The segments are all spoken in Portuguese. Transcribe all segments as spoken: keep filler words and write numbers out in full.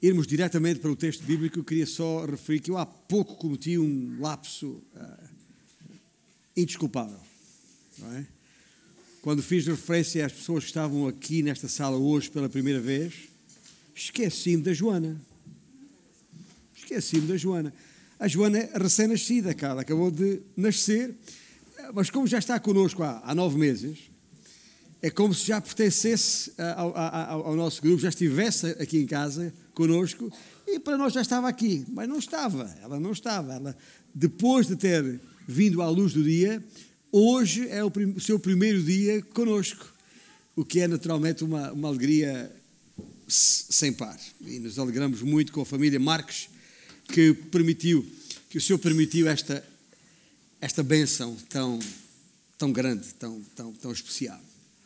irmos diretamente para o texto bíblico, eu queria só referir que eu há pouco cometi um lapso uh, indesculpável, não é? Quando fiz referência às pessoas que estavam aqui nesta sala hoje pela primeira vez, esqueci-me da Joana. Esqueci-me da Joana. A Joana é recém-nascida, cara, acabou de nascer, mas como já está connosco há, há nove meses, é como se já pertencesse ao, ao, ao nosso grupo, já estivesse aqui em casa connosco, e para nós já estava aqui, mas não estava, ela não estava. Ela, depois de ter vindo à luz do dia, hoje é o, prim, o seu primeiro dia connosco, o que é naturalmente uma, uma alegria sem par. E nos alegramos muito com a família Marques, que permitiu, que o Senhor permitiu esta, esta bênção tão, tão grande, tão, tão, tão especial.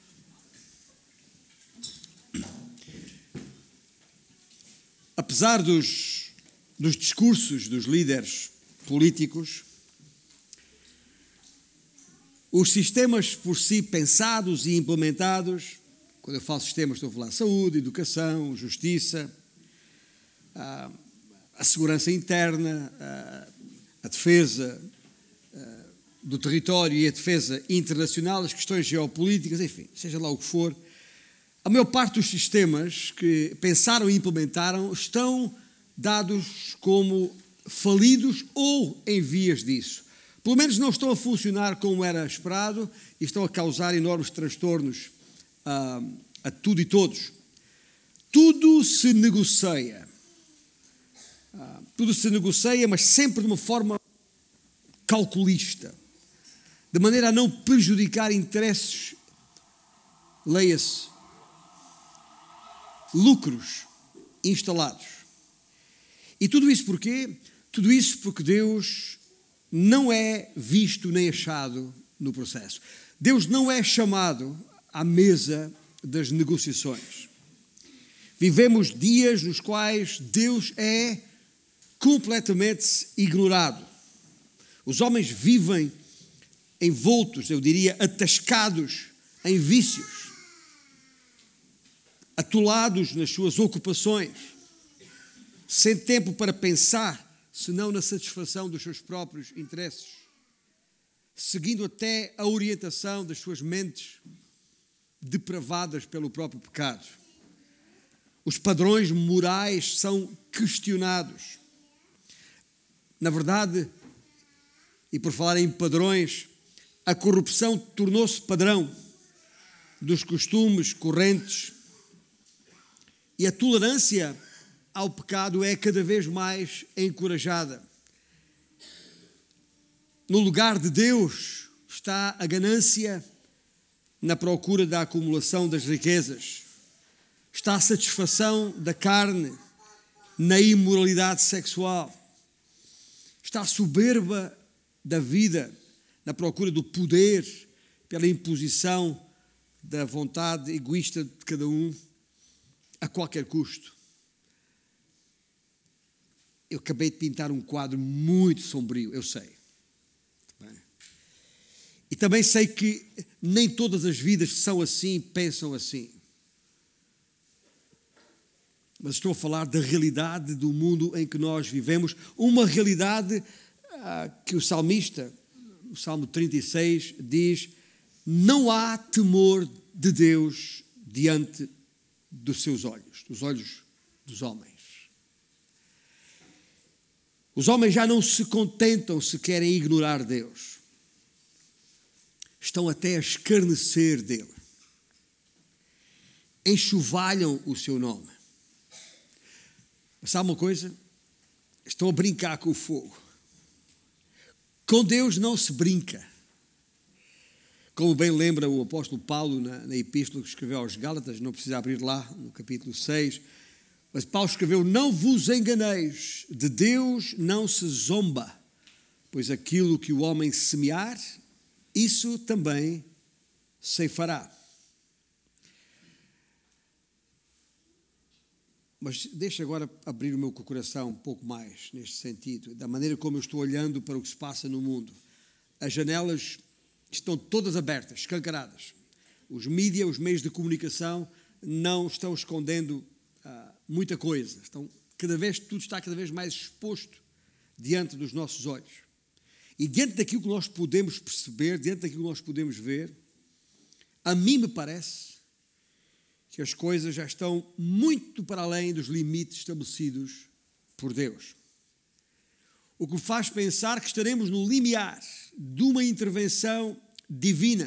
Apesar dos, dos discursos dos líderes políticos, os sistemas por si pensados e implementados, quando eu falo sistemas estou a falar saúde, educação, justiça, a, a segurança interna, a, a defesa a, do território e a defesa internacional, as questões geopolíticas, enfim, seja lá o que for, a maior parte dos sistemas que pensaram e implementaram estão dados como falidos ou em vias disso. Pelo menos não estão a funcionar como era esperado e estão a causar enormes transtornos a, a tudo e todos. Tudo se negocia. Tudo se negocia, mas sempre de uma forma calculista, de maneira a não prejudicar interesses, leia-se, lucros instalados. E tudo isso porquê? Tudo isso porque Deus não é visto nem achado no processo. Deus não é chamado à mesa das negociações. Vivemos dias nos quais Deus é completamente ignorado. Os homens vivem envoltos, eu diria, atascados em vícios, atolados nas suas ocupações, sem tempo para pensar, senão na satisfação dos seus próprios interesses, seguindo até a orientação das suas mentes depravadas pelo próprio pecado. Os padrões morais são questionados. Na verdade, e por falar em padrões, a corrupção tornou-se padrão dos costumes correntes e a tolerância ao pecado é cada vez mais encorajada. No lugar de Deus está a ganância na procura da acumulação das riquezas. Está a satisfação da carne na imoralidade sexual. Está a soberba da vida na procura do poder pela imposição da vontade egoísta de cada um a qualquer custo. Eu acabei de pintar um quadro muito sombrio, eu sei. E também sei que nem todas as vidas são assim, pensam assim. Mas estou a falar da realidade do mundo em que nós vivemos, uma realidade ah, que o salmista, o Salmo trinta e seis, diz: não há temor de Deus diante dos seus olhos, dos olhos dos homens. Os homens já não se contentam se querem ignorar Deus. Estão até a escarnecer dele. Enxovalham o seu nome. Mas sabe uma coisa? Estão a brincar com o fogo. Com Deus não se brinca. Como bem lembra o apóstolo Paulo na, na epístola que escreveu aos Gálatas, não precisa abrir lá, no capítulo seis, mas Paulo escreveu: não vos enganeis, de Deus não se zomba, pois aquilo que o homem semear, isso também ceifará. Mas deixa agora abrir o meu coração um pouco mais neste sentido, da maneira como eu estou olhando para o que se passa no mundo. As janelas estão todas abertas, escancaradas. Os mídias, os meios de comunicação não estão escondendo ah, muita coisa. Estão cada vez tudo está cada vez mais exposto diante dos nossos olhos. E diante daquilo que nós podemos perceber, diante daquilo que nós podemos ver, a mim me parece que as coisas já estão muito para além dos limites estabelecidos por Deus. O que me faz pensar que estaremos no limiar de uma intervenção divina.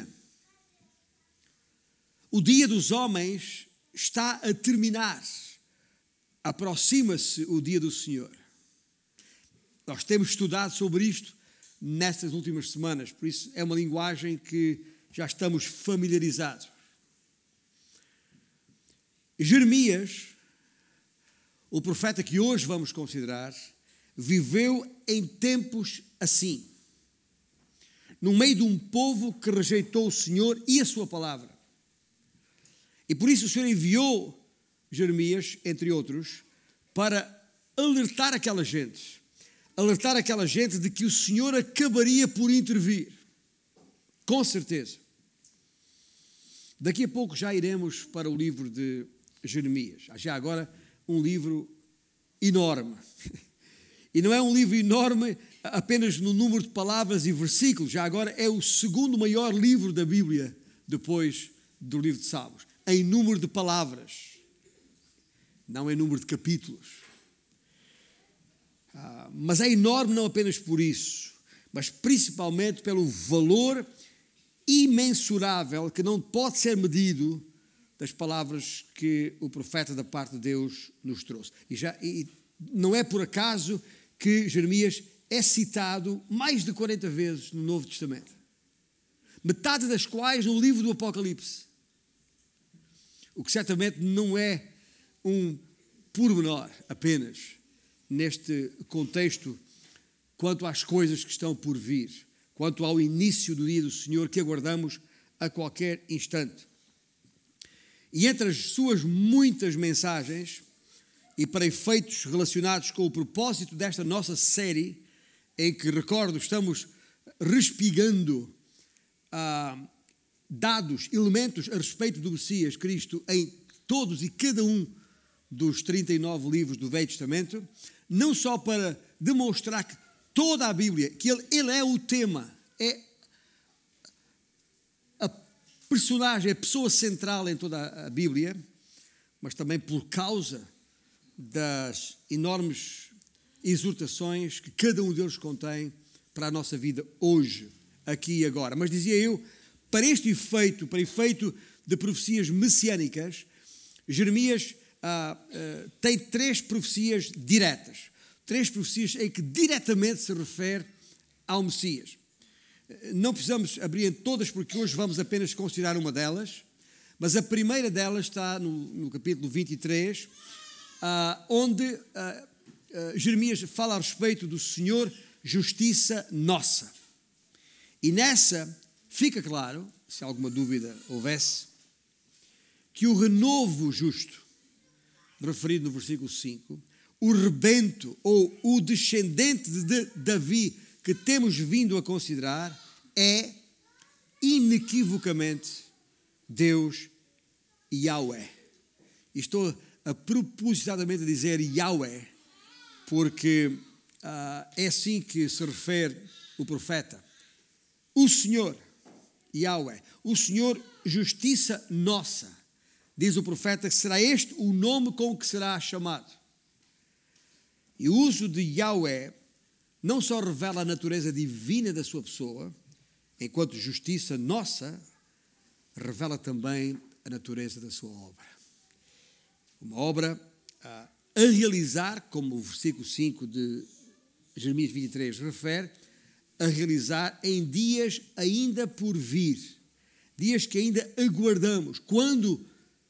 O dia dos homens está a terminar. Aproxima-se o dia do Senhor. Nós temos estudado sobre isto nestas últimas semanas, por isso é uma linguagem que já estamos familiarizados. Jeremias, o profeta que hoje vamos considerar, viveu em tempos assim, no meio de um povo que rejeitou o Senhor e a sua palavra. E por isso o Senhor enviou Jeremias, entre outros, para alertar aquela gente, alertar aquela gente de que o Senhor acabaria por intervir, com certeza. Daqui a pouco já iremos para o livro de Jeremias, já agora um livro enorme. E não é um livro enorme apenas no número de palavras e versículos, já agora é o segundo maior livro da Bíblia, depois do livro de Salmos, em número de palavras, não em número de capítulos. Ah, mas é enorme não apenas por isso, mas principalmente pelo valor imensurável que não pode ser medido das palavras que o profeta da parte de Deus nos trouxe. E, já, e não é por acaso que Jeremias é citado mais de quarenta vezes no Novo Testamento, metade das quais no livro do Apocalipse, o que certamente não é um pormenor apenas neste contexto quanto às coisas que estão por vir, quanto ao início do dia do Senhor que aguardamos a qualquer instante. E entre as suas muitas mensagens, e para efeitos relacionados com o propósito desta nossa série, em que, recordo, estamos respigando ah, dados, elementos a respeito do Messias Cristo em todos e cada um dos trinta e nove livros do Velho Testamento, não só para demonstrar que toda a Bíblia, que ele, ele é o tema, é a personagem, a pessoa central em toda a Bíblia, mas também por causa das enormes exortações que cada um deles contém para a nossa vida hoje, aqui e agora. Mas dizia eu, para este efeito, para efeito de profecias messiânicas, Jeremias ah, ah, tem três profecias diretas, três profecias em que diretamente se refere ao Messias. Não precisamos abrir em todas, porque hoje vamos apenas considerar uma delas, mas a primeira delas está no, no capítulo vinte e três, Uh, onde uh, uh, Jeremias fala a respeito do Senhor, justiça nossa. E nessa fica claro, se alguma dúvida houvesse, que o renovo justo, referido no versículo cinco, o rebento ou o descendente de Davi que temos vindo a considerar é inequivocamente Deus Yahweh. E estou a propositadamente a dizer Yahweh, porque uh, é assim que se refere o profeta. O Senhor, Yahweh, o Senhor, justiça nossa. Diz o profeta que será este o nome com que será chamado. E o uso de Yahweh não só revela a natureza divina da sua pessoa, enquanto justiça nossa, revela também a natureza da sua obra. Uma obra a, a realizar, como o versículo cinco de Jeremias vinte e três refere, a realizar em dias ainda por vir, dias que ainda aguardamos, quando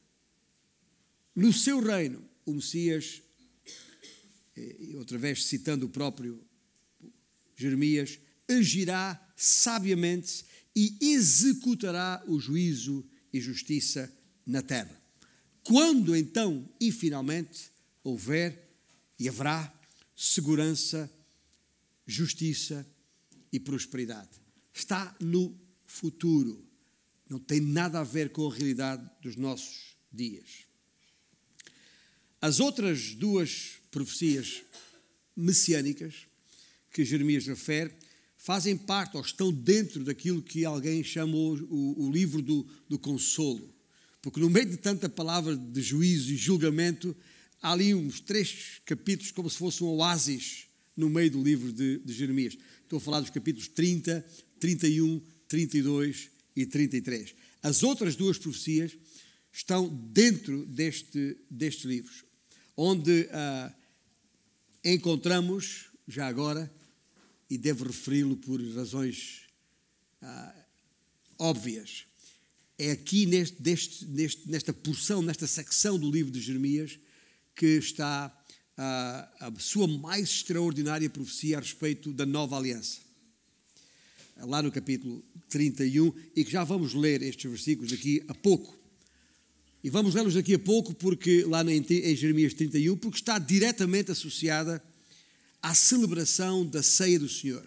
no seu reino o Messias, outra vez citando o próprio Jeremias, agirá sabiamente e executará o juízo e justiça na terra. Quando então e finalmente houver e haverá segurança, justiça e prosperidade. Está no futuro, não tem nada a ver com a realidade dos nossos dias. As outras duas profecias messiânicas que Jeremias refere fazem parte ou estão dentro daquilo que alguém chamou o, o livro do, do consolo. Porque no meio de tanta palavra de juízo e julgamento, há ali uns três capítulos como se fosse um oásis no meio do livro de, de Jeremias. Estou a falar dos capítulos trinta, trinta e um, trinta e dois e trinta e três. As outras duas profecias estão dentro deste, destes livros, onde ah, encontramos, já agora, e devo referi-lo por razões ah, óbvias, é aqui neste, deste, neste, nesta porção, nesta secção do livro de Jeremias, que está ah, a sua mais extraordinária profecia a respeito da nova aliança. Lá no capítulo trinta e um, e que já vamos ler estes versículos daqui a pouco. E vamos lê-los daqui a pouco, porque lá em, em Jeremias trinta e um, porque está diretamente associada à celebração da ceia do Senhor.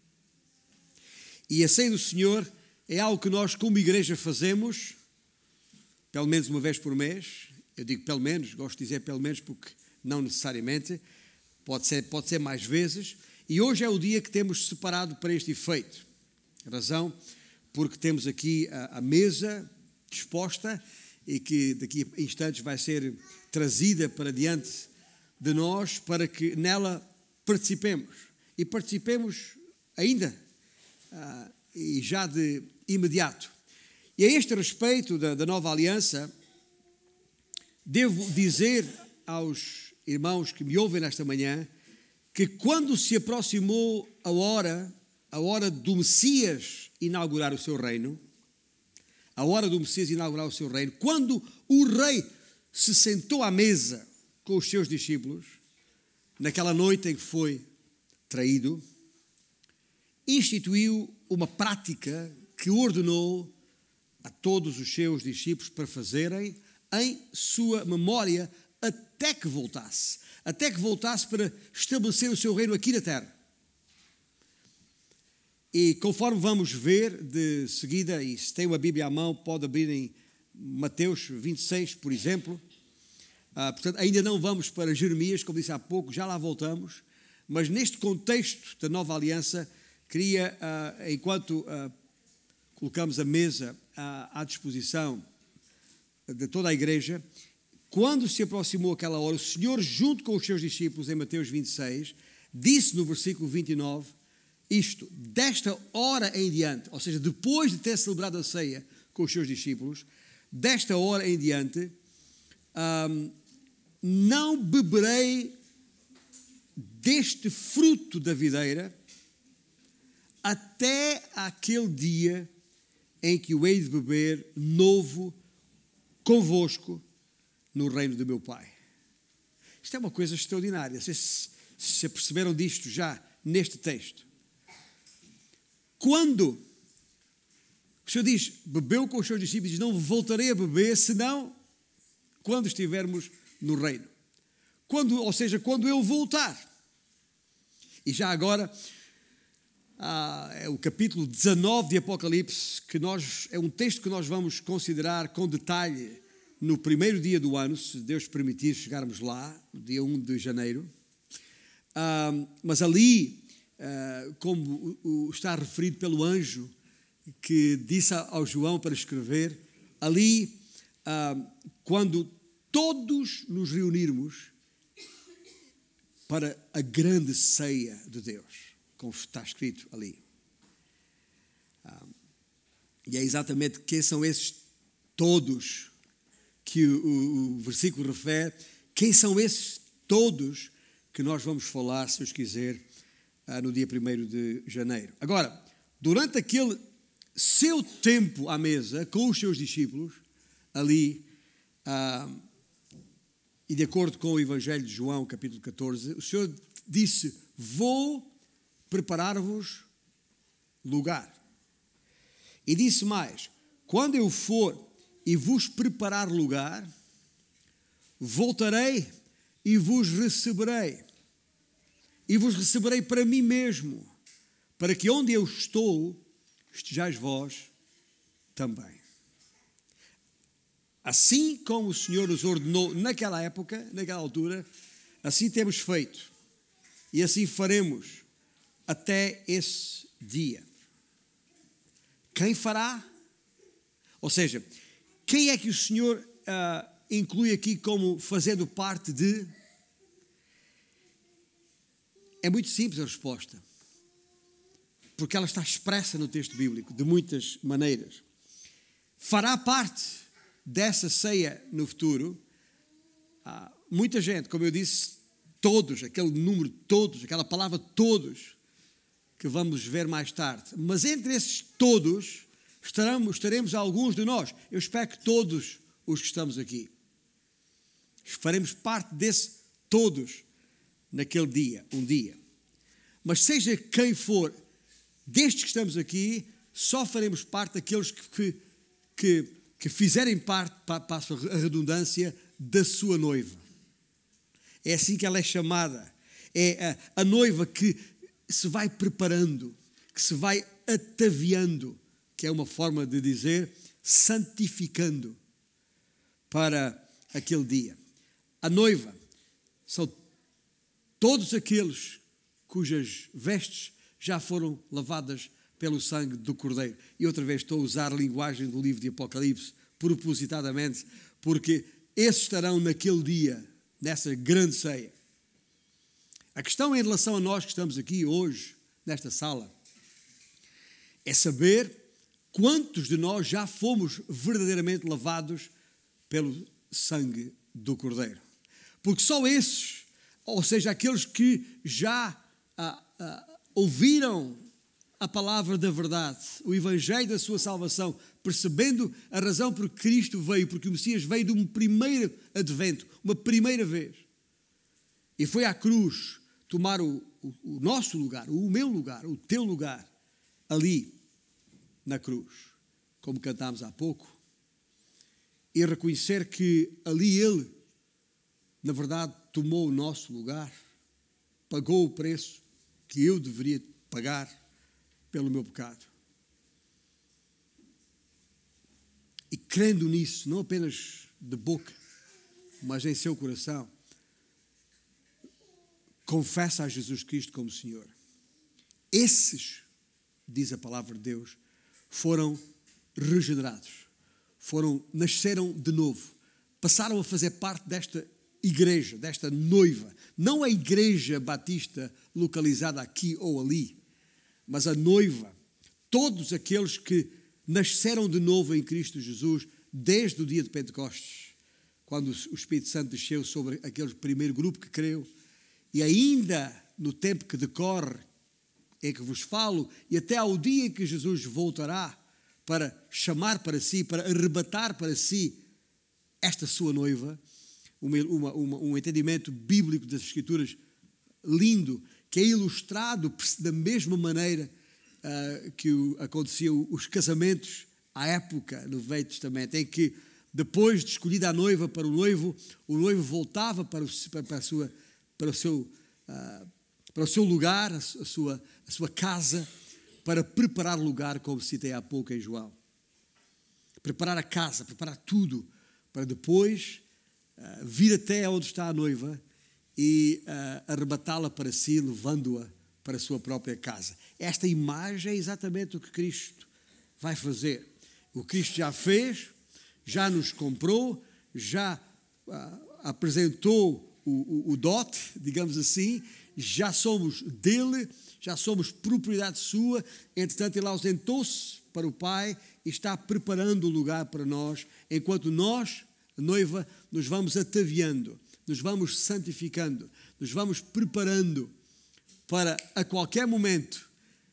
E a ceia do Senhor é algo que nós, como igreja, fazemos, pelo menos uma vez por mês. Eu digo pelo menos, gosto de dizer pelo menos, porque não necessariamente, pode ser, pode ser mais vezes. E hoje é o dia que temos separado para este efeito. Razão, porque temos aqui a, a mesa disposta e que daqui a instantes vai ser trazida para diante de nós para que nela participemos. E participemos ainda ah, e já de imediato. E a este respeito da, da nova aliança, devo dizer aos irmãos que me ouvem nesta manhã que quando se aproximou a hora, a hora do Messias inaugurar o seu reino, a hora do Messias inaugurar o seu reino, quando o rei se sentou à mesa com os seus discípulos, naquela noite em que foi traído, instituiu uma prática que ordenou a todos os seus discípulos para fazerem em sua memória até que voltasse, até que voltasse para estabelecer o seu reino aqui na terra. E conforme vamos ver de seguida, e se tem uma Bíblia à mão, pode abrir em Mateus vinte e seis, por exemplo. Ah, portanto, ainda não vamos para Jeremias, como disse há pouco, já lá voltamos, mas neste contexto da nova aliança, queria, ah, enquanto ah, colocamos a mesa ah, à disposição de toda a igreja, quando se aproximou aquela hora, o Senhor, junto com os seus discípulos, em Mateus vinte e seis, disse no versículo vinte e nove, isto, desta hora em diante, ou seja, depois de ter celebrado a ceia com os seus discípulos, desta hora em diante, um, não beberei deste fruto da videira até aquele dia em que o hei de beber novo convosco no reino do meu Pai. Isto é uma coisa extraordinária. Vocês se perceberam disto já neste texto. Quando o Senhor diz, bebeu com os seus discípulos, diz, não voltarei a beber, senão quando estivermos no reino. Quando, ou seja, quando eu voltar. E já agora, ah, é o capítulo dezanove de Apocalipse, que nós, é um texto que nós vamos considerar com detalhe no primeiro dia do ano, se Deus permitir chegarmos lá, no dia primeiro de janeiro. Ah, mas ali, ah, como o, o, está referido pelo anjo que disse ao João para escrever, ali, ah, quando todos nos reunirmos para a grande ceia de Deus, como está escrito ali. Ah, e é exatamente quem são esses todos que o, o, o versículo refere, quem são esses todos que nós vamos falar, se Deus quiser, ah, no dia primeiro de janeiro. Agora, durante aquele seu tempo à mesa com os seus discípulos, ali, ah, e de acordo com o Evangelho de João, capítulo catorze, o Senhor disse, vou preparar-vos lugar. E disse mais, quando eu for e vos preparar lugar, voltarei e vos receberei. E vos receberei para mim mesmo, para que onde eu estou, estejais vós também. Assim como o Senhor nos ordenou naquela época, naquela altura, assim temos feito. E assim faremos até esse dia. Quem fará? Ou seja, quem é que o Senhor uh, inclui aqui como fazendo parte de? É muito simples a resposta. Porque ela está expressa no texto bíblico, de muitas maneiras. Fará parte dessa ceia no futuro, ah, muita gente, como eu disse, todos, aquele número todos, aquela palavra todos, que vamos ver mais tarde. Mas entre esses todos, estaremos, estaremos alguns de nós. Eu espero que todos os que estamos aqui. Faremos parte desse todos naquele dia, um dia. Mas seja quem for, destes que estamos aqui, só faremos parte daqueles que, que, que fizerem parte, passo a redundância, da sua noiva. É assim que ela é chamada. É a, a noiva que se vai preparando, que se vai ataviando, que é uma forma de dizer santificando para aquele dia. A noiva são todos aqueles cujas vestes já foram lavadas pelo sangue do Cordeiro. E outra vez estou a usar a linguagem do livro de Apocalipse, propositadamente, porque esses estarão naquele dia, nessa grande ceia. A questão em relação a nós que estamos aqui hoje, nesta sala, é saber quantos de nós já fomos verdadeiramente lavados pelo sangue do Cordeiro. Porque só esses, ou seja, aqueles que já ah, ah, ouviram a palavra da verdade, o evangelho da sua salvação, percebendo a razão por que Cristo veio, porque o Messias veio de um primeiro advento, uma primeira vez, e foi à cruz tomar o, o, o nosso lugar, o meu lugar, o teu lugar, ali na cruz, como cantámos há pouco, e reconhecer que ali Ele, na verdade, tomou o nosso lugar, pagou o preço que eu deveria pagar pelo meu pecado. E crendo nisso, não apenas de boca, mas em seu coração, confessa a Jesus Cristo como Senhor. Esses, diz a palavra de Deus, foram regenerados, foram, nasceram de novo, passaram a fazer parte desta igreja, desta noiva, não a igreja batista localizada aqui ou ali, mas a noiva, todos aqueles que nasceram de novo em Cristo Jesus desde o dia de Pentecostes, quando o Espírito Santo desceu sobre aquele primeiro grupo que creu, e ainda no tempo que decorre, em que vos falo, e até ao dia em que Jesus voltará para chamar para si, para arrebatar para si esta sua noiva, uma, uma, uma, um entendimento bíblico das Escrituras lindo, que é ilustrado da mesma maneira uh, que o, aconteciam os casamentos à época no Velho Testamento, em que depois de escolhida a noiva para o noivo, o noivo voltava para o, para a sua, para o, seu, uh, para o seu lugar, a sua, a sua casa, para preparar lugar, como citei há pouco em João. Preparar a casa, preparar tudo, para depois uh, vir até onde está a noiva e uh, arrebatá-la para si, levando-a para a sua própria casa. Esta imagem é exatamente o que Cristo vai fazer. O Cristo já fez, já nos comprou, já uh, apresentou o, o, o dote, digamos assim, já somos dele, já somos propriedade sua, entretanto ele ausentou-se para o Pai e está preparando o lugar para nós, enquanto nós, a noiva, nos vamos ataviando, nos vamos santificando, nos vamos preparando para a qualquer momento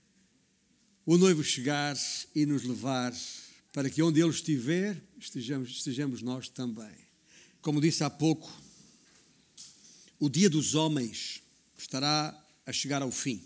o noivo chegar e nos levar para que onde ele estiver, estejamos, estejamos nós também. Como disse há pouco, o dia dos homens estará a chegar ao fim.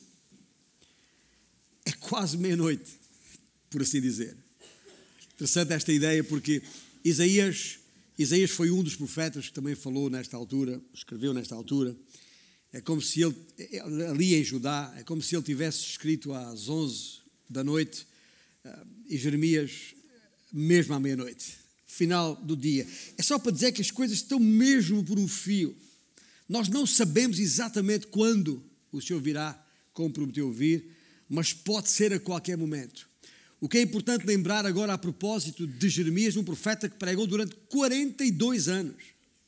É quase meia-noite, por assim dizer. Interessante esta ideia porque Isaías, Isaías foi um dos profetas que também falou nesta altura, escreveu nesta altura. É como se ele, ali em Judá, é como se ele tivesse escrito às onze da noite e Jeremias mesmo à meia-noite. final do dia. É só para dizer que as coisas estão mesmo por um fio. Nós não sabemos exatamente quando o Senhor virá, como prometeu vir, mas pode ser a qualquer momento. O que é importante lembrar agora a propósito de Jeremias, um profeta que pregou durante quarenta e dois anos.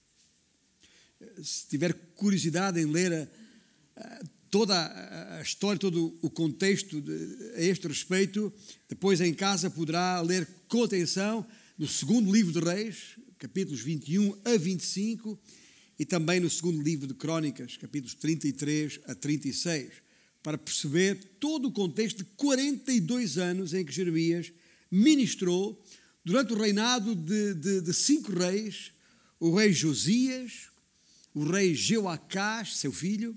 Se tiver curiosidade em ler a, a, toda a, a história, todo o contexto de, a este respeito, depois em casa poderá ler com atenção no segundo livro de Reis, capítulos vinte e um a vinte e cinco, e também no segundo livro de Crônicas, capítulos trinta e três a trinta e seis, para perceber todo o contexto de quarenta e dois anos em que Jeremias ministrou durante o reinado de, de, de cinco reis, o rei Josias, o rei Jeoacás, seu filho,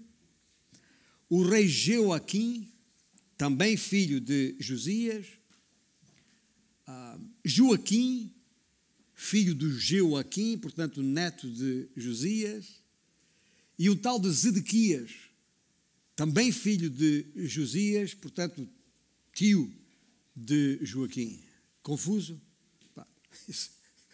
o rei Jeoaquim, também filho de Josias, uh, Joaquim, filho do Jeoaquim, portanto neto de Josias, e o tal de Zedequias, também filho de Josias, portanto tio de Joaquim. Confuso? Pá, isso.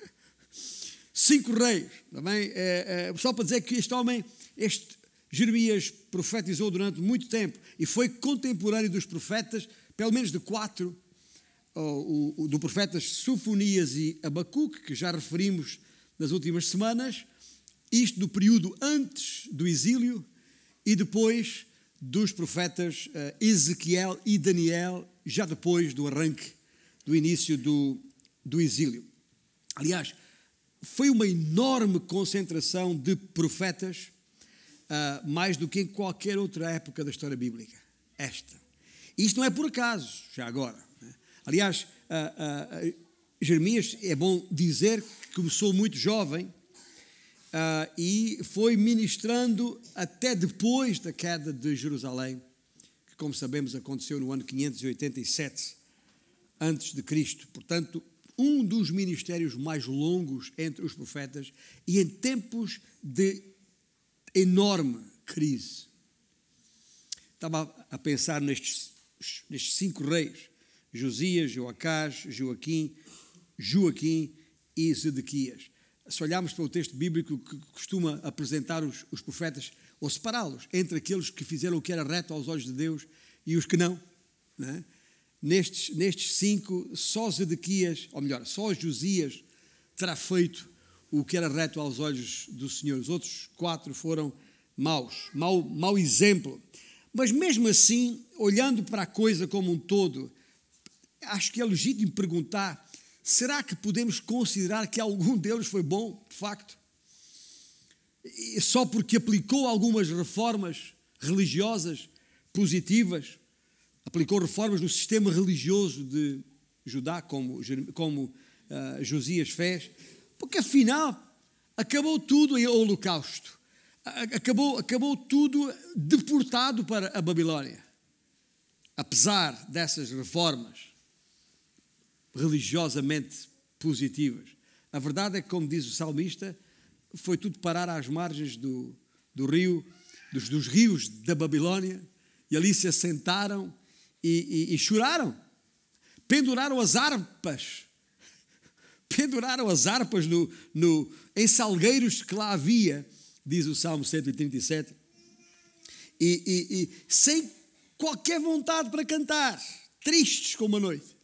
Cinco reis, também, é, é, só para dizer que este homem, este Jeremias profetizou durante muito tempo e foi contemporâneo dos profetas, pelo menos de quatro, o, o, do profetas Sofonias e Abacuque, que já referimos nas últimas semanas, isto do período antes do exílio e depois dos profetas uh, Ezequiel e Daniel, já depois do arranque, do início do, do exílio. Aliás, foi uma enorme concentração de profetas, uh, mais do que em qualquer outra época da história bíblica. Esta. E isto não é por acaso, já agora. Né? Aliás, uh, uh, Jeremias, é bom dizer que começou muito jovem, Uh, e foi ministrando até depois da queda de Jerusalém, que, como sabemos, aconteceu no ano quinhentos e oitenta e sete antes de Cristo. Portanto, um dos ministérios mais longos entre os profetas e em tempos de enorme crise. Estava a pensar nestes, nestes cinco reis, Josias, Joacás, Joaquim, Joaquim e Zedequias. Se olharmos para o texto bíblico que costuma apresentar os, os profetas, ou separá-los entre aqueles que fizeram o que era reto aos olhos de Deus e os que não, não é? nestes, nestes cinco, só Zedequias, ou melhor, só Josias terá feito o que era reto aos olhos do Senhor. Os outros quatro foram maus, mau, mau exemplo. Mas mesmo assim, olhando para a coisa como um todo, acho que é legítimo perguntar: será que podemos considerar que algum deles foi bom, de facto? E só porque aplicou algumas reformas religiosas positivas, aplicou reformas no sistema religioso de Judá, como, como uh, Josias fez, porque afinal acabou tudo em holocausto, acabou, acabou tudo deportado para a Babilónia, apesar dessas reformas religiosamente positivas. A verdade é que, como diz o salmista, foi tudo parar às margens do, do rio, dos, dos rios da Babilónia, e ali se assentaram e, e, e choraram, penduraram as harpas, penduraram as harpas no, no, em salgueiros que lá havia, diz o Salmo cento e trinta e sete, e, e, e sem qualquer vontade para cantar, tristes como a noite.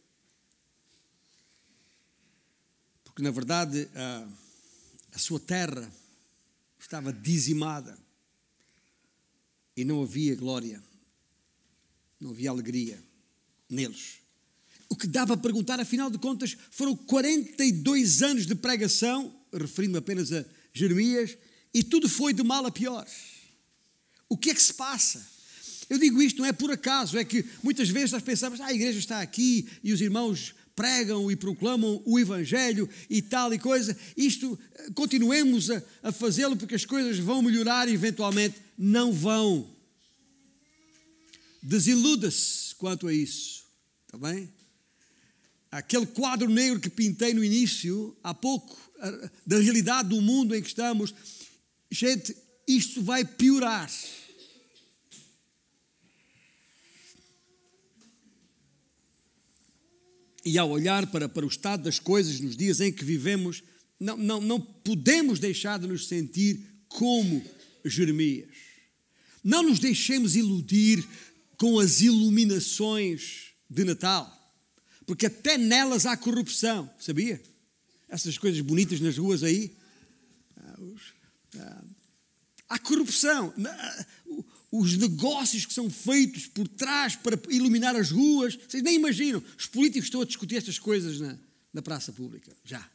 Porque, na verdade, a, a sua terra estava dizimada e não havia glória, não havia alegria neles. O que dá para perguntar, afinal de contas, foram quarenta e dois anos de pregação, referindo-me apenas a Jeremias, e tudo foi de mal a pior. O que é que se passa? Eu digo isto não é por acaso, é que muitas vezes nós pensamos: ah, a igreja está aqui e os irmãos pregam e proclamam o Evangelho e tal e coisa, isto, continuemos a, a fazê-lo porque as coisas vão melhorar e eventualmente não vão. Desiluda-se quanto a isso, está bem? Aquele quadro negro que pintei no início, há pouco, da realidade do mundo em que estamos, gente, isto vai piorar. e ao olhar para, para o estado das coisas nos dias em que vivemos, não, não, não podemos deixar de nos sentir como Jeremias. Não nos deixemos iludir com as iluminações de Natal, porque até nelas há corrupção, sabia? Essas coisas bonitas nas ruas aí, há corrupção. Os negócios que são feitos por trás para iluminar as ruas, vocês nem imaginam. Os políticos estão a discutir estas coisas na, na praça pública, já.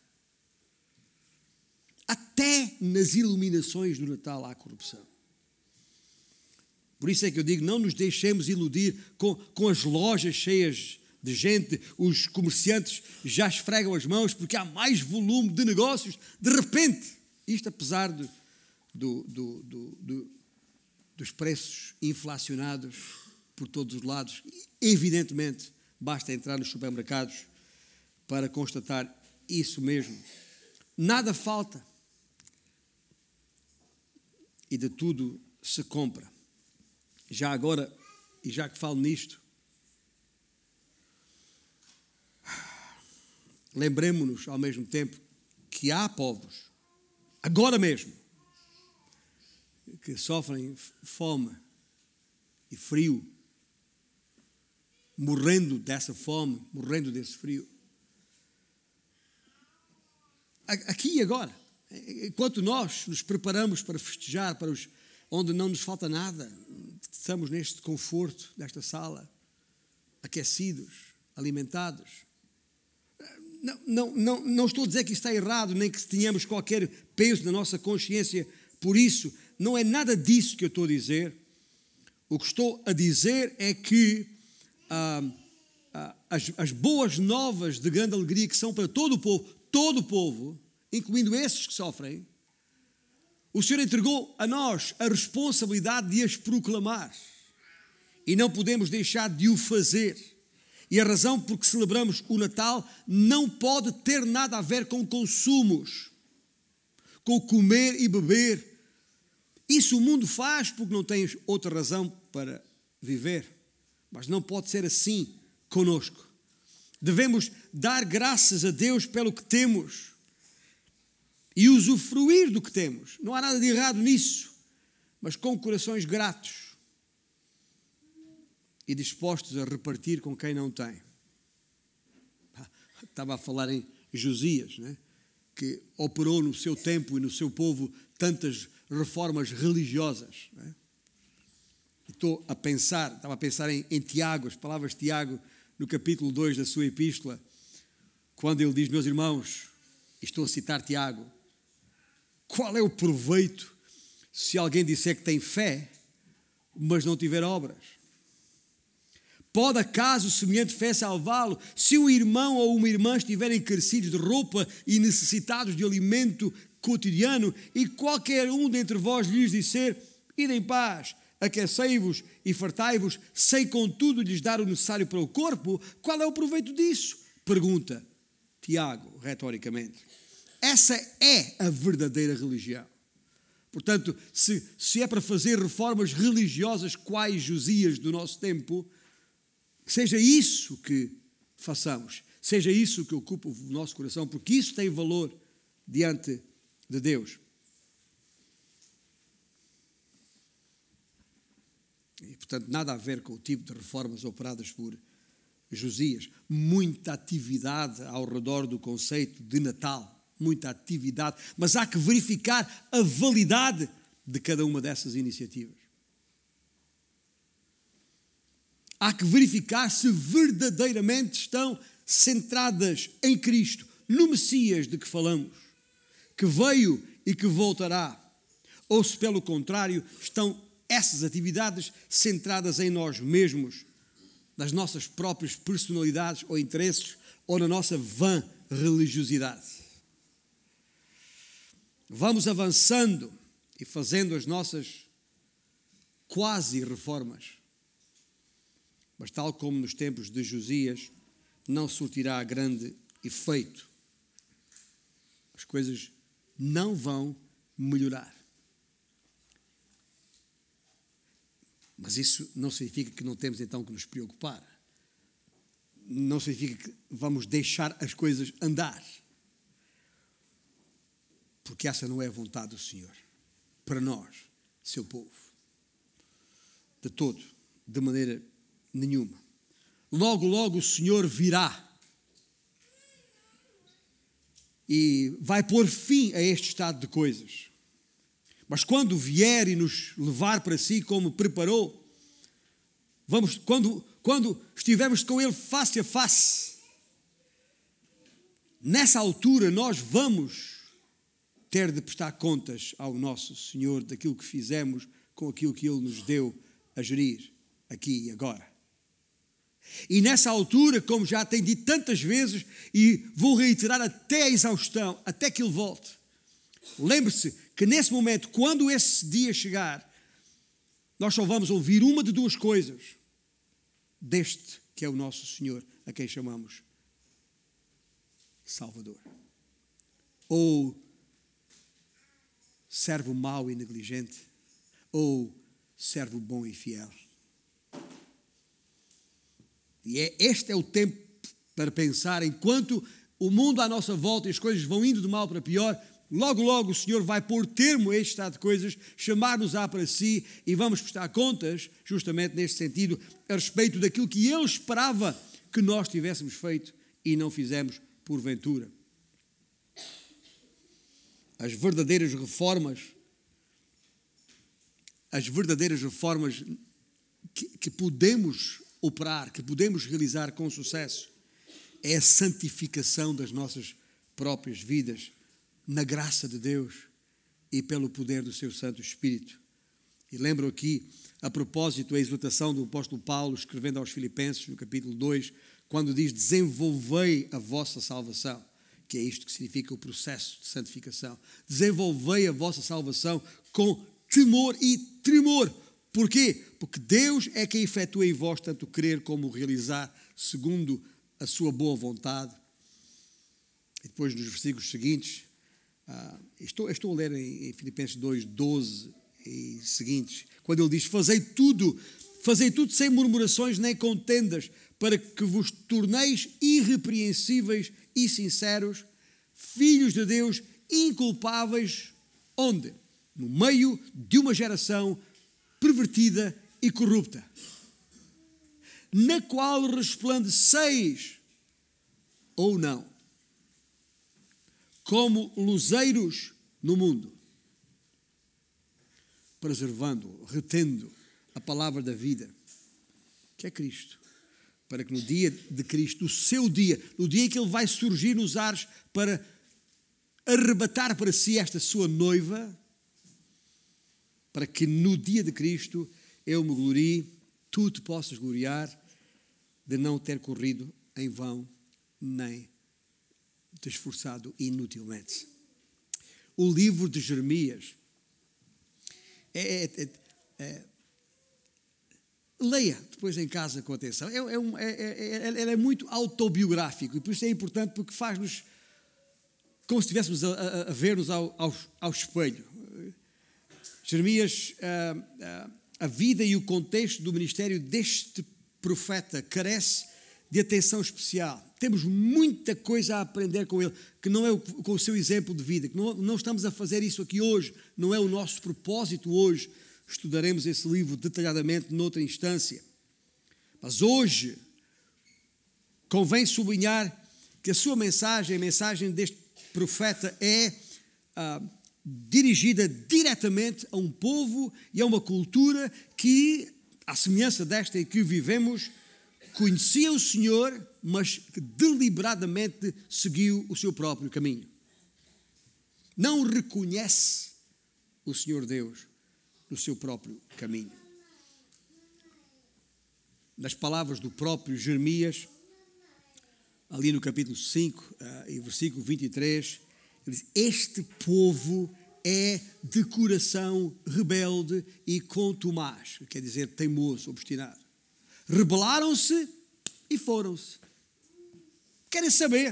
Até nas iluminações do Natal há corrupção. Por isso é que eu digo, não nos deixemos iludir com, com as lojas cheias de gente, os comerciantes já esfregam as mãos porque há mais volume de negócios, de repente. Isto apesar do, do, do, do, do, dos preços inflacionados por todos os lados. Evidentemente, basta entrar nos supermercados para constatar isso mesmo. Nada falta e de tudo se compra. Já agora, e já que falo nisto, lembremos-nos ao mesmo tempo que há povos, agora mesmo, que sofrem fome e frio, morrendo dessa fome, morrendo desse frio. Aqui e agora, enquanto nós nos preparamos para festejar, para os, onde não nos falta nada, estamos neste conforto desta sala, aquecidos, alimentados. Não, não, não, não estou a dizer que isso está errado, nem que tenhamos qualquer peso na nossa consciência por isso. Não é nada disso que eu estou a dizer. O que estou a dizer é que ah, ah, as, as boas novas de grande alegria que são para todo o povo, todo o povo, incluindo esses que sofrem, o Senhor entregou a nós a responsabilidade de as proclamar. E não podemos deixar de o fazer. E a razão por que celebramos o Natal não pode ter nada a ver com consumos, com comer e beber. Isso o mundo faz porque não tem outra razão para viver. Mas não pode ser assim conosco. Devemos dar graças a Deus pelo que temos e usufruir do que temos. Não há nada de errado nisso, mas com corações gratos e dispostos a repartir com quem não tem. Estava a falar em Josias, né? Que operou no seu tempo e no seu povo tantas reformas religiosas. Né? Estou a pensar, estava a pensar em, em Tiago, as palavras de Tiago, no capítulo dois da sua epístola, quando ele diz, meus irmãos, estou a citar Tiago, qual é o proveito se alguém disser que tem fé, mas não tiver obras? Pode acaso semelhante fé salvá-lo? Se um irmão ou uma irmã estiverem carecidos de roupa e necessitados de alimento cotidiano, e qualquer um dentre vós lhes disser, ide em paz, aquecei-vos e fartai-vos, sem contudo lhes dar o necessário para o corpo, qual é o proveito disso? Pergunta Tiago, retoricamente. Essa é a verdadeira religião. Portanto, se, se é para fazer reformas religiosas quais Josias do nosso tempo, seja isso que façamos, seja isso que ocupa o nosso coração, porque isso tem valor diante de Deus. E, portanto, nada a ver com o tipo de reformas operadas por Josias. Muita atividade ao redor do conceito de Natal, muita atividade, mas há que verificar a validade de cada uma dessas iniciativas. Há que verificar se verdadeiramente estão centradas em Cristo, no Messias de que falamos, que veio e que voltará, ou se pelo contrário estão essas atividades centradas em nós mesmos, nas nossas próprias personalidades ou interesses, ou na nossa vã religiosidade. Vamos avançando e fazendo as nossas quase reformas, mas tal como nos tempos de Josias, não surtirá grande efeito. As coisas não vão melhorar. Mas isso não significa que não temos então que nos preocupar. não significa que vamos deixar as coisas andar. Porque essa não é a vontade do Senhor. Para nós, seu povo. De todo, de maneira nenhuma. Logo, logo o Senhor virá. E vai pôr fim a este estado de coisas. Mas quando vier e nos levar para si como preparou, vamos, quando, quando estivermos com Ele face a face, nessa altura nós vamos ter de prestar contas ao nosso Senhor daquilo que fizemos com aquilo que Ele nos deu a gerir aqui e agora. E nessa altura, como já tenho dito tantas vezes, e vou reiterar até a exaustão, até que Ele volte, lembre-se que nesse momento, quando esse dia chegar, nós só vamos ouvir uma de duas coisas deste que é o nosso Senhor, a quem chamamos Salvador. Ou servo mau e negligente, ou servo bom e fiel. E é, este é o tempo para pensar, enquanto o mundo à nossa volta e as coisas vão indo de mal para pior, logo, logo o Senhor vai pôr termo a este estado de coisas, chamar-nos-á para si e vamos prestar contas, justamente neste sentido, a respeito daquilo que Ele esperava que nós tivéssemos feito e não fizemos porventura. As verdadeiras reformas, as verdadeiras reformas que, que podemos operar, que podemos realizar com sucesso, é a santificação das nossas próprias vidas, na graça de Deus e pelo poder do seu Santo Espírito. E lembro aqui, a propósito, a exortação do apóstolo Paulo, escrevendo aos Filipenses, no capítulo dois, quando diz, desenvolvei a vossa salvação, que é isto que significa o processo de santificação. Desenvolvei a vossa salvação com temor e tremor. Porquê? Porque Deus é quem efetua em vós tanto querer como realizar, segundo a sua boa vontade. E depois, nos versículos seguintes, uh, estou, estou a ler em, em Filipenses dois, doze e seguintes, quando ele diz, fazei tudo, fazei tudo sem murmurações nem contendas, para que vos torneis irrepreensíveis e sinceros, filhos de Deus, inculpáveis, onde? No meio de uma geração pervertida e corrupta, na qual resplandeceis, ou não, como luzeiros no mundo, preservando, retendo a palavra da vida, que é Cristo, para que no dia de Cristo, no seu dia, no dia em que Ele vai surgir nos ares para arrebatar para si esta sua noiva, para que no dia de Cristo eu me glorie, tu te possas gloriar de não ter corrido em vão, nem te esforçado inutilmente. O livro de Jeremias, é, é, é, leia depois em casa com atenção, é, é, um, é, é, é, é muito autobiográfico e por isso é importante porque faz-nos como se estivéssemos a, a, a ver-nos ao, ao, ao espelho. Jeremias, a, a, a vida e o contexto do ministério deste profeta carece de atenção especial. Temos muita coisa a aprender com ele, que não é o, com o seu exemplo de vida, que não, não estamos a fazer isso aqui hoje, não é o nosso propósito hoje. Estudaremos esse livro detalhadamente noutra instância. Mas hoje convém sublinhar que a sua mensagem, a mensagem deste profeta é ah, dirigida diretamente a um povo e a uma cultura que, à semelhança desta em que vivemos, conhecia o Senhor, mas que deliberadamente seguiu o seu próprio caminho. Não reconhece o Senhor Deus no seu próprio caminho. Nas palavras do próprio Jeremias, ali no capítulo cinco, uh, e versículo vinte e três, ele diz, este povo é de coração rebelde e contumaz, quer dizer, teimoso, obstinado. Rebelaram-se e foram-se. Querem saber.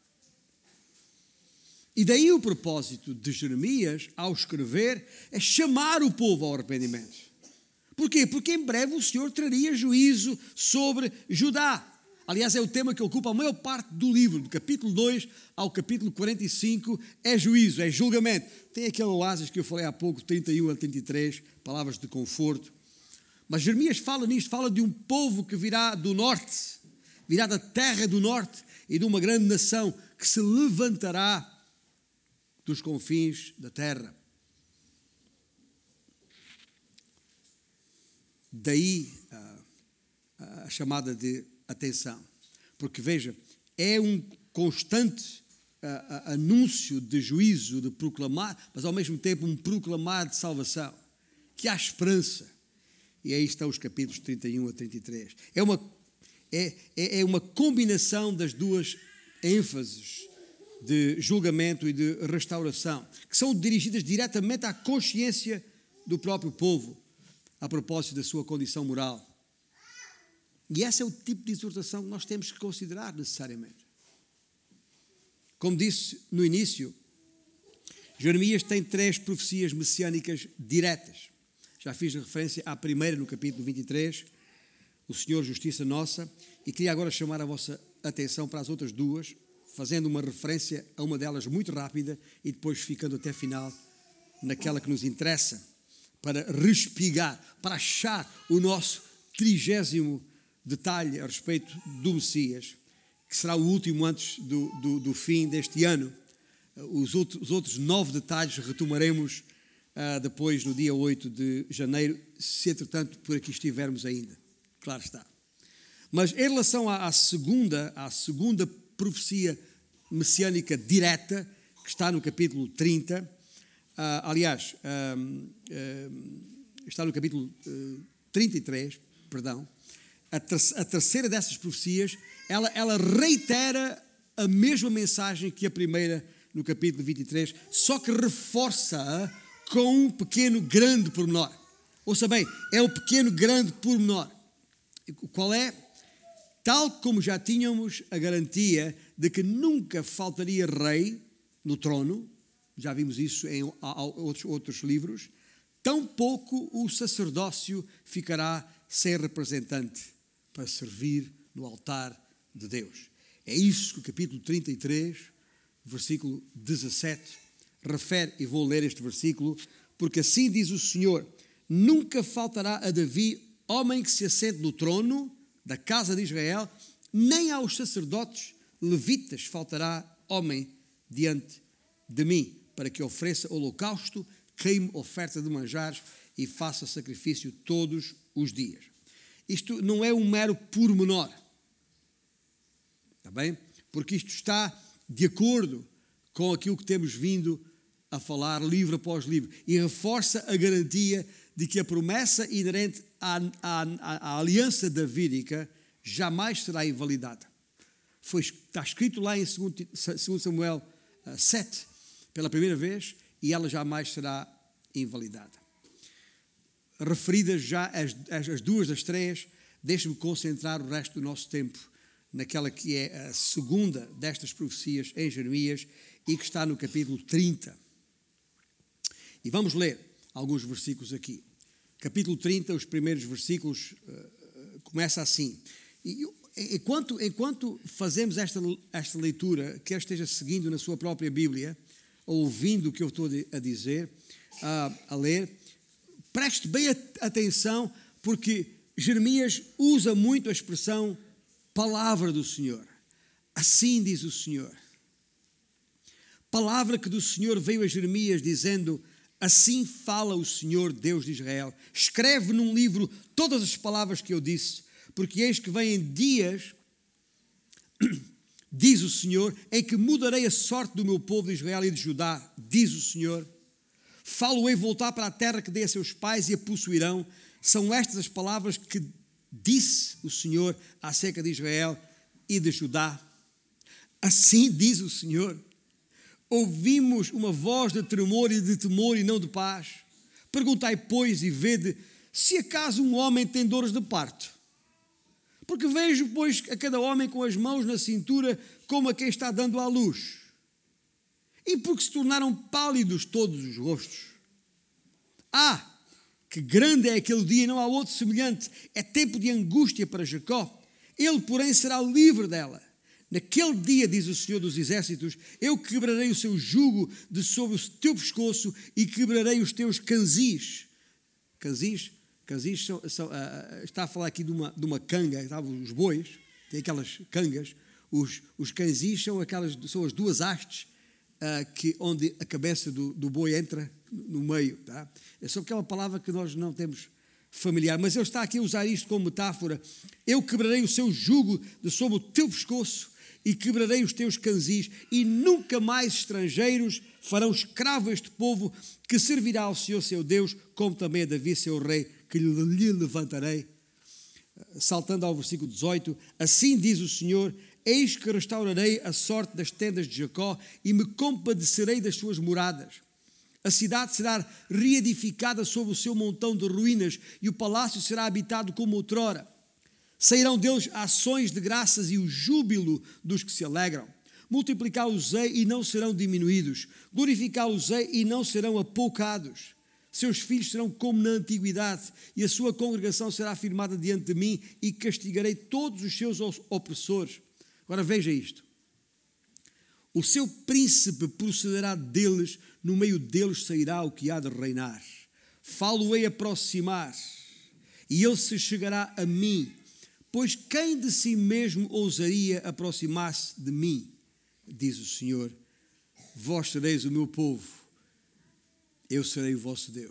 E daí o propósito de Jeremias, ao escrever, é chamar o povo ao arrependimento. Porquê? Porque em breve o Senhor traria juízo sobre Judá. Aliás, é o tema que ocupa a maior parte do livro, do capítulo dois ao capítulo quarenta e cinco, é juízo, é julgamento. Tem aquele oásis que eu falei há pouco, trinta e um a trinta e três, palavras de conforto. Mas Jeremias fala nisto, fala de um povo que virá do norte, virá da terra do norte e de uma grande nação que se levantará dos confins da terra. Daí a, a chamada de atenção, porque veja, é um constante a, a, anúncio de juízo, de proclamar, mas ao mesmo tempo um proclamar de salvação, que há esperança. E aí estão os capítulos trinta e um a trinta e três. É uma, é, é, é uma combinação das duas ênfases de julgamento e de restauração, que são dirigidas diretamente à consciência do próprio povo, a propósito da sua condição moral. E esse é o tipo de exortação que nós temos que considerar necessariamente. Como disse no início, Jeremias tem três profecias messiânicas diretas. Já fiz referência à primeira no capítulo vinte e três, o Senhor Justiça Nossa, e queria agora chamar a vossa atenção para as outras duas, fazendo uma referência a uma delas muito rápida e depois ficando até final naquela que nos interessa, para respigar, para achar o nosso trigésimo detalhe a respeito do Messias, que será o último antes do, do, do fim deste ano. Os outros, os outros nove detalhes retomaremos uh, depois, no dia oito de janeiro, se entretanto por aqui estivermos ainda. Claro está. Mas em relação à, à, segunda, à segunda profecia messiânica direta, que está no capítulo trinta, uh, aliás, uh, uh, está no capítulo uh, trinta e três, perdão, A, ter- a terceira dessas profecias, ela, ela reitera a mesma mensagem que a primeira no capítulo vinte e três, só que reforça-a com um pequeno grande pormenor. Ouça bem, é o pequeno grande pormenor. Qual é? Tal como já tínhamos a garantia de que nunca faltaria rei no trono, já vimos isso em outros, outros livros, tampouco o sacerdócio ficará sem representante para servir no altar de Deus. É isso que o capítulo trinta e três, versículo dezassete, refere, e vou ler este versículo, porque assim diz o Senhor: nunca faltará a Davi homem que se assente no trono da casa de Israel, nem aos sacerdotes levitas faltará homem diante de mim, para que ofereça holocausto, queime oferta de manjares e faça sacrifício todos os dias. Isto não é um mero pormenor, está bem? Porque isto está de acordo com aquilo que temos vindo a falar livro após livro e reforça a garantia de que a promessa inerente à, à, à aliança davídica jamais será invalidada. Foi, está escrito lá em dois Samuel sete, pela primeira vez, e ela jamais será invalidada. Referidas já as, as, as duas das três, deixe-me concentrar o resto do nosso tempo naquela que é a segunda destas profecias em Jeremias e que está no capítulo trinta. E vamos ler alguns versículos aqui. Capítulo trinta, os primeiros versículos, uh, começa assim. E, enquanto, enquanto fazemos esta, esta leitura, quer esteja seguindo na sua própria Bíblia, ou ouvindo o que eu estou a dizer, uh, a ler, preste bem atenção, porque Jeremias usa muito a expressão palavra do Senhor. Assim diz o Senhor. Palavra que do Senhor veio a Jeremias dizendo: assim fala o Senhor, Deus de Israel. Escreve num livro todas as palavras que eu disse, porque eis que vêm dias, diz o Senhor, em que mudarei a sorte do meu povo de Israel e de Judá, diz o Senhor. Falo-ei voltar para a terra que dei a seus pais e a possuirão. São estas as palavras que disse o Senhor acerca de Israel e de Judá. Assim diz o Senhor: ouvimos uma voz de tremor e de temor e não de paz. Perguntai, pois, e vede se acaso um homem tem dores de parto. Porque vejo, pois, a cada homem com as mãos na cintura como a quem está dando à luz. E porque se tornaram pálidos todos os rostos. Ah, que grande é aquele dia, não há outro semelhante. É tempo de angústia para Jacó ele, porém, será livre dela. Naquele dia, diz o Senhor dos Exércitos, eu quebrarei o seu jugo de sobre o teu pescoço e quebrarei os teus canzis. Canzis, canzis são, são, uh, está a falar aqui de uma, de uma canga, sabe, os bois, tem aquelas cangas. Os, os canzis são, aquelas, são as duas hastes uh, que, onde a cabeça do, do boi entra no meio. Tá? É só porque é uma palavra que nós não temos familiar, mas ele está aqui a usar isto como metáfora. Eu quebrarei o seu jugo de sobre o teu pescoço e quebrarei os teus canzis, e nunca mais estrangeiros farão escravo este povo, que servirá ao Senhor seu Deus, como também a Davi seu rei, que lhe levantarei. Saltando ao versículo dezoito, assim diz o Senhor, eis que restaurarei a sorte das tendas de Jacó e me compadecerei das suas moradas. A cidade será reedificada sobre o seu montão de ruínas e o palácio será habitado como outrora. Sairão deles ações de graças e o júbilo dos que se alegram. Multiplicá-los-ei e não serão diminuídos. Glorificá-los-ei e não serão apoucados. Seus filhos serão como na antiguidade e a sua congregação será afirmada diante de mim e castigarei todos os seus opressores. Agora veja isto. O seu príncipe procederá deles, no meio deles sairá o que há de reinar. Falo-ei aproximar e ele se chegará a mim. Pois quem de si mesmo ousaria aproximar-se de mim? Diz o Senhor, vós sereis o meu povo, eu serei o vosso Deus.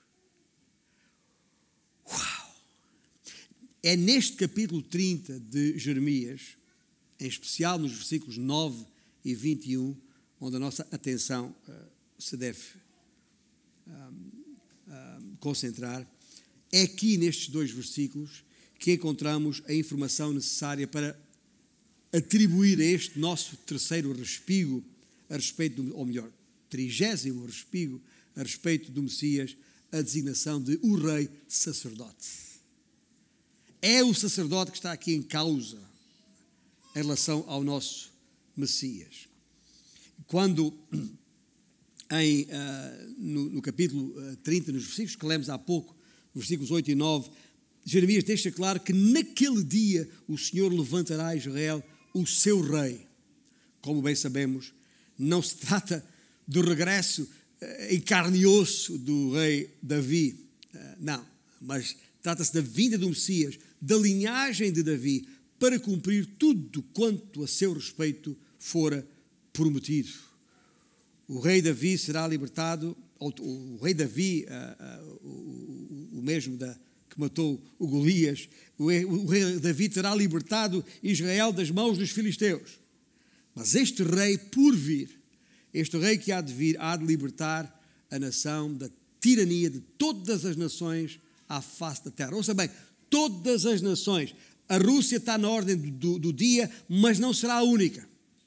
Uau! É neste capítulo trinta de Jeremias, em especial nos versículos nove e vinte e um, onde a nossa atenção uh, se deve um, um, concentrar. É aqui nestes dois versículos que encontramos a informação necessária para atribuir a este nosso terceiro respigo a respeito, do, ou melhor, trigésimo respigo a respeito do Messias, a designação de o rei sacerdote. É o sacerdote que está aqui em causa em relação ao nosso Messias. Quando, em, uh, no, no capítulo uh, trinta, nos versículos que lemos há pouco, versículos oito e nove, Jeremias deixa claro que naquele dia o Senhor levantará a Israel o seu rei. Como bem sabemos, não se trata do regresso em carne e osso do rei Davi, não, mas trata-se da vinda do Messias, da linhagem de Davi, para cumprir tudo quanto a seu respeito fora prometido. O rei Davi será libertado, o rei Davi, o mesmo da que matou o Golias, o rei Davi terá libertado Israel das mãos dos filisteus. Mas este rei por vir, este rei que há de vir, há de libertar a nação da tirania de todas as nações à face da terra. Ouça bem, todas as nações. A Rússia está na ordem do, do dia, mas não será a única.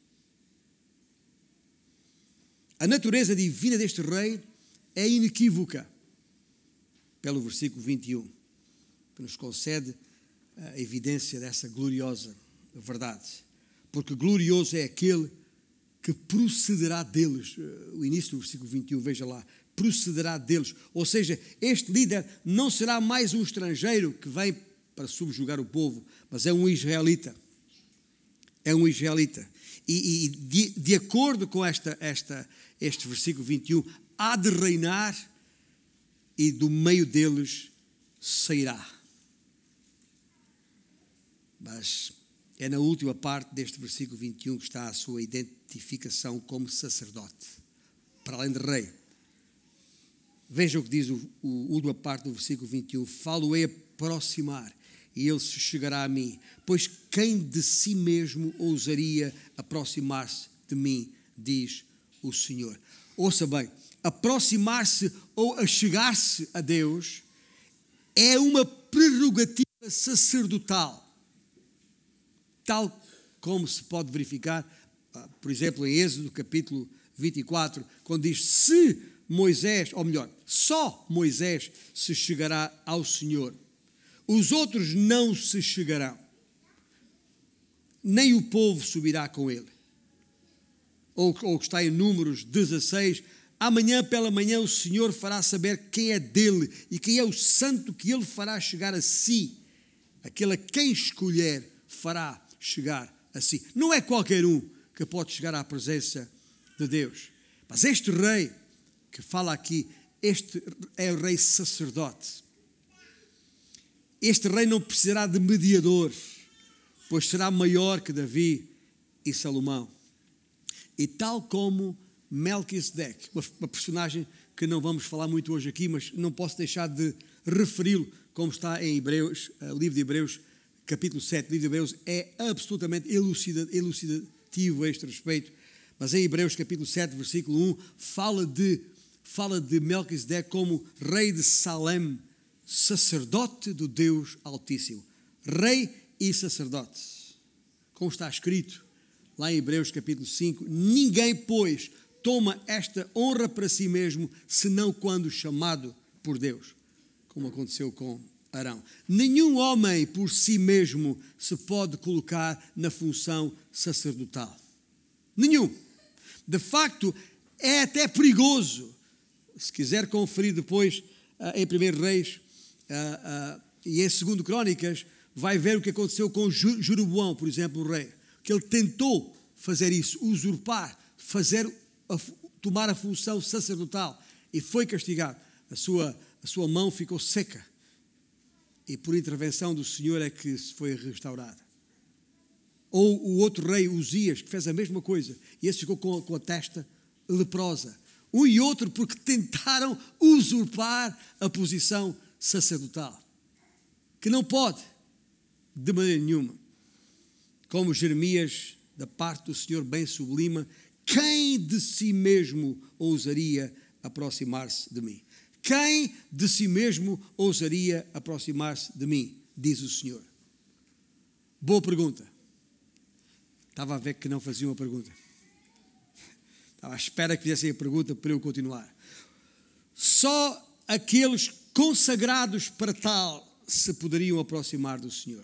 A natureza divina deste rei é inequívoca, pelo versículo vinte e um. Que nos concede a evidência dessa gloriosa verdade. Porque glorioso é aquele que procederá deles. O início do versículo vinte e um, veja lá. Procederá deles. Ou seja, este líder não será mais um estrangeiro que vem para subjugar o povo, mas é um israelita. É um israelita. E, e de, de acordo com esta, esta, este versículo vinte e um, há de reinar e do meio deles sairá. Mas é na última parte deste versículo vinte e um que está a sua identificação como sacerdote, para além de rei. Veja o que diz a última parte do versículo vinte e um. Falo-ei aproximar e ele se chegará a mim, pois quem de si mesmo ousaria aproximar-se de mim, diz o Senhor. Ouça bem, aproximar-se ou achegar-se a Deus é uma prerrogativa sacerdotal. Tal como se pode verificar, por exemplo, em Êxodo capítulo vinte e quatro, quando diz, se Moisés, ou melhor, só Moisés se chegará ao Senhor, os outros não se chegarão, nem o povo subirá com ele. Ou, ou que está em Números dezasseis, amanhã pela manhã o Senhor fará saber quem é dele e quem é o santo que ele fará chegar a si, aquele a quem escolher fará chegar a si. Não é qualquer um que pode chegar à presença de Deus. Mas este rei que fala aqui, este é o rei sacerdote. Este rei não precisará de mediador, pois será maior que Davi e Salomão. E tal como Melquisedeque, uma personagem que não vamos falar muito hoje aqui, mas não posso deixar de referi-lo, como está em Hebreus, o livro de Hebreus, capítulo sete, o livro de Hebreus é absolutamente elucidativo a este respeito. Mas em Hebreus capítulo sete, versículo um, fala de, fala de Melquisedeque como rei de Salém, sacerdote do Deus Altíssimo. Rei e sacerdote. Como está escrito lá em Hebreus capítulo cinco, ninguém, pois, toma esta honra para si mesmo, senão quando chamado por Deus, como aconteceu com Arão. Nenhum homem por si mesmo se pode colocar na função sacerdotal. Nenhum. De facto, é até perigoso. Se quiser conferir depois uh, em primeiro Reis uh, uh, e em segundo Crônicas, vai ver o que aconteceu com Jeroboão, por exemplo, o rei. Que ele tentou fazer isso, usurpar, fazer, a, tomar a função sacerdotal e foi castigado. A sua, a sua mão ficou seca. E por intervenção do Senhor é que se foi restaurada. Ou o outro rei, Uzias, que fez a mesma coisa. E esse ficou com, com a testa leprosa. Um e outro porque tentaram usurpar a posição sacerdotal. Que não pode, de maneira nenhuma. Como Jeremias, da parte do Senhor, bem sublima, quem de si mesmo ousaria aproximar-se de mim? Quem de si mesmo ousaria aproximar-se de mim? Diz o Senhor. Boa pergunta. Estava a ver que não fazia uma pergunta. Estava à espera que fizessem a pergunta para eu continuar. Só aqueles consagrados para tal se poderiam aproximar do Senhor.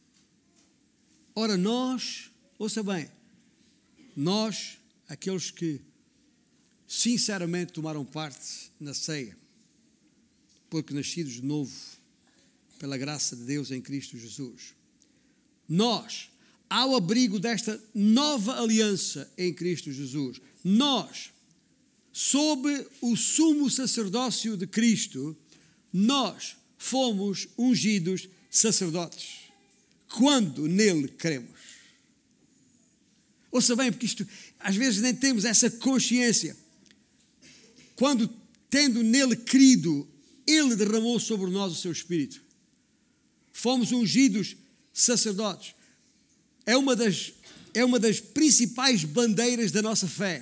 Ora, nós, ouça bem, nós, aqueles que sinceramente tomaram parte na ceia, porque nascidos de novo, pela graça de Deus em Cristo Jesus, nós, ao abrigo desta nova aliança em Cristo Jesus, nós, sob o sumo sacerdócio de Cristo, nós fomos ungidos sacerdotes, quando nele cremos. Ouça bem, porque isto, às vezes nem temos essa consciência. Quando, tendo nele crido, ele derramou sobre nós o seu Espírito. Fomos ungidos sacerdotes. É uma das, é uma das principais bandeiras da nossa fé.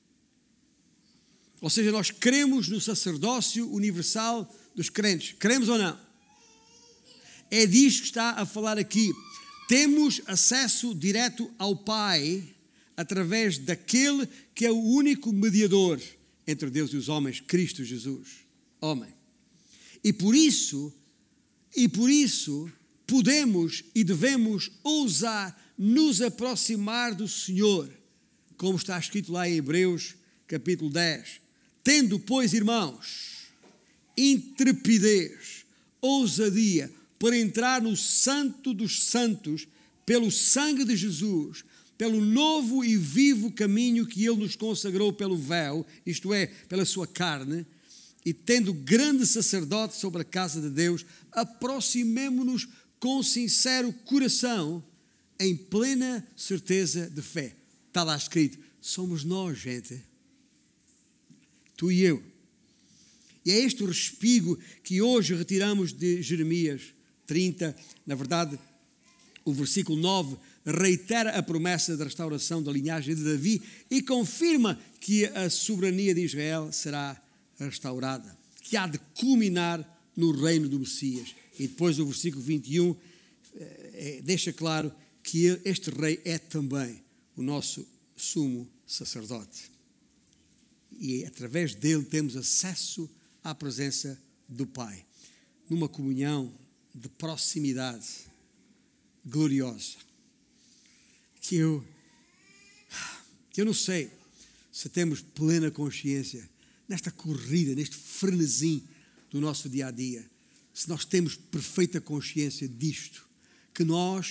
Ou seja, nós cremos no sacerdócio universal dos crentes. Cremos ou não? É disto que está a falar aqui. Temos acesso direto ao Pai através daquele que é o único mediador entre Deus e os homens, Cristo Jesus, homem. E por isso, e por isso podemos e devemos ousar nos aproximar do Senhor, como está escrito lá em Hebreus capítulo dez. Tendo, pois, irmãos, intrepidez, ousadia, para entrar no santo dos santos, pelo sangue de Jesus, pelo novo e vivo caminho que Ele nos consagrou pelo véu, isto é, pela sua carne, e tendo grande sacerdote sobre a casa de Deus, aproximemo-nos com sincero coração, em plena certeza de fé. Está lá escrito, somos nós, gente. Tu e eu. E é este o respigo que hoje retiramos de Jeremias trinta, na verdade, o versículo nove reitera a promessa da restauração da linhagem de Davi e confirma que a soberania de Israel será restaurada, que há de culminar no reino do Messias. E depois o versículo vinte e um é, deixa claro que este rei é também o nosso sumo sacerdote. E através dele temos acesso à presença do Pai, numa comunhão de proximidade gloriosa, que eu, que eu não sei se temos plena consciência nesta corrida, neste frenesim do nosso dia-a-dia, se nós temos perfeita consciência disto, que nós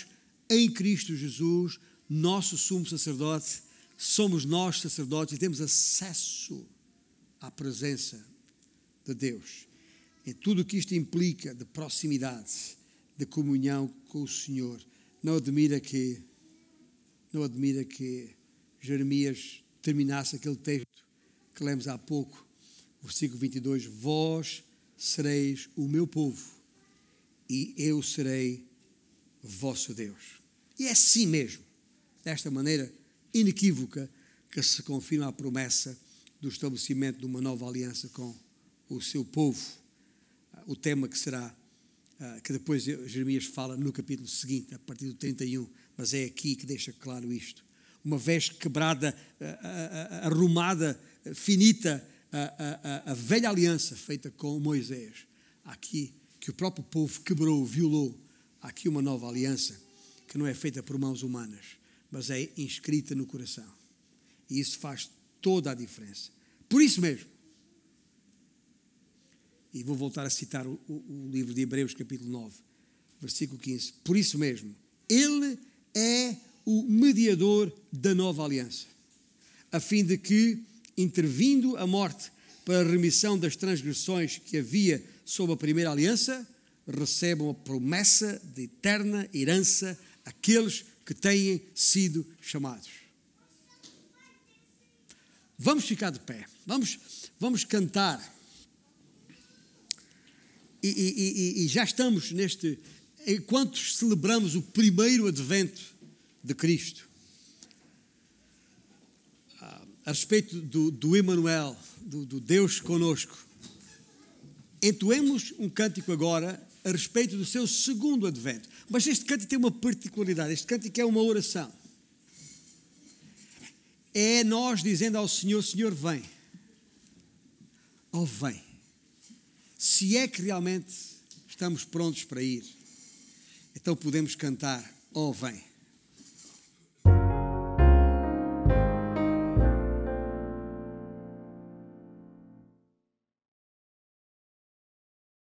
em Cristo Jesus, nosso sumo sacerdote, somos nós sacerdotes e temos acesso à presença de Deus. Em tudo o que isto implica de proximidade, de comunhão com o Senhor. Não admira que, não admira que Jeremias terminasse aquele texto que lemos há pouco, versículo vinte e dois, vós sereis o meu povo e eu serei vosso Deus. E é assim mesmo, desta maneira inequívoca, que se confirma a promessa do estabelecimento de uma nova aliança com o seu povo. O tema que será, que depois Jeremias fala no capítulo seguinte, a partir do trinta e um, mas é aqui que deixa claro isto. Uma vez quebrada, arrumada, finita, a, a, a velha aliança feita com Moisés, aqui que o próprio povo quebrou, violou, há aqui uma nova aliança que não é feita por mãos humanas, mas é inscrita no coração. E isso faz toda a diferença. Por isso mesmo, e vou voltar a citar o, o, o livro de Hebreus, capítulo nove, versículo quinze, por isso mesmo, ele é o mediador da nova aliança, a fim de que, intervindo a morte para a remissão das transgressões que havia sob a primeira aliança, recebam a promessa de eterna herança aqueles que têm sido chamados. Vamos ficar de pé, vamos, vamos cantar. E, e, e, e já estamos neste, enquanto celebramos o primeiro advento de Cristo, a respeito do, do Emmanuel, do, do Deus conosco, entoemos um cântico agora a respeito do seu segundo advento. Mas este cântico tem uma particularidade, este cântico é uma oração. É nós dizendo ao Senhor, Senhor, vem. Oh, vem. Se é que realmente estamos prontos para ir, então podemos cantar, oh, vem.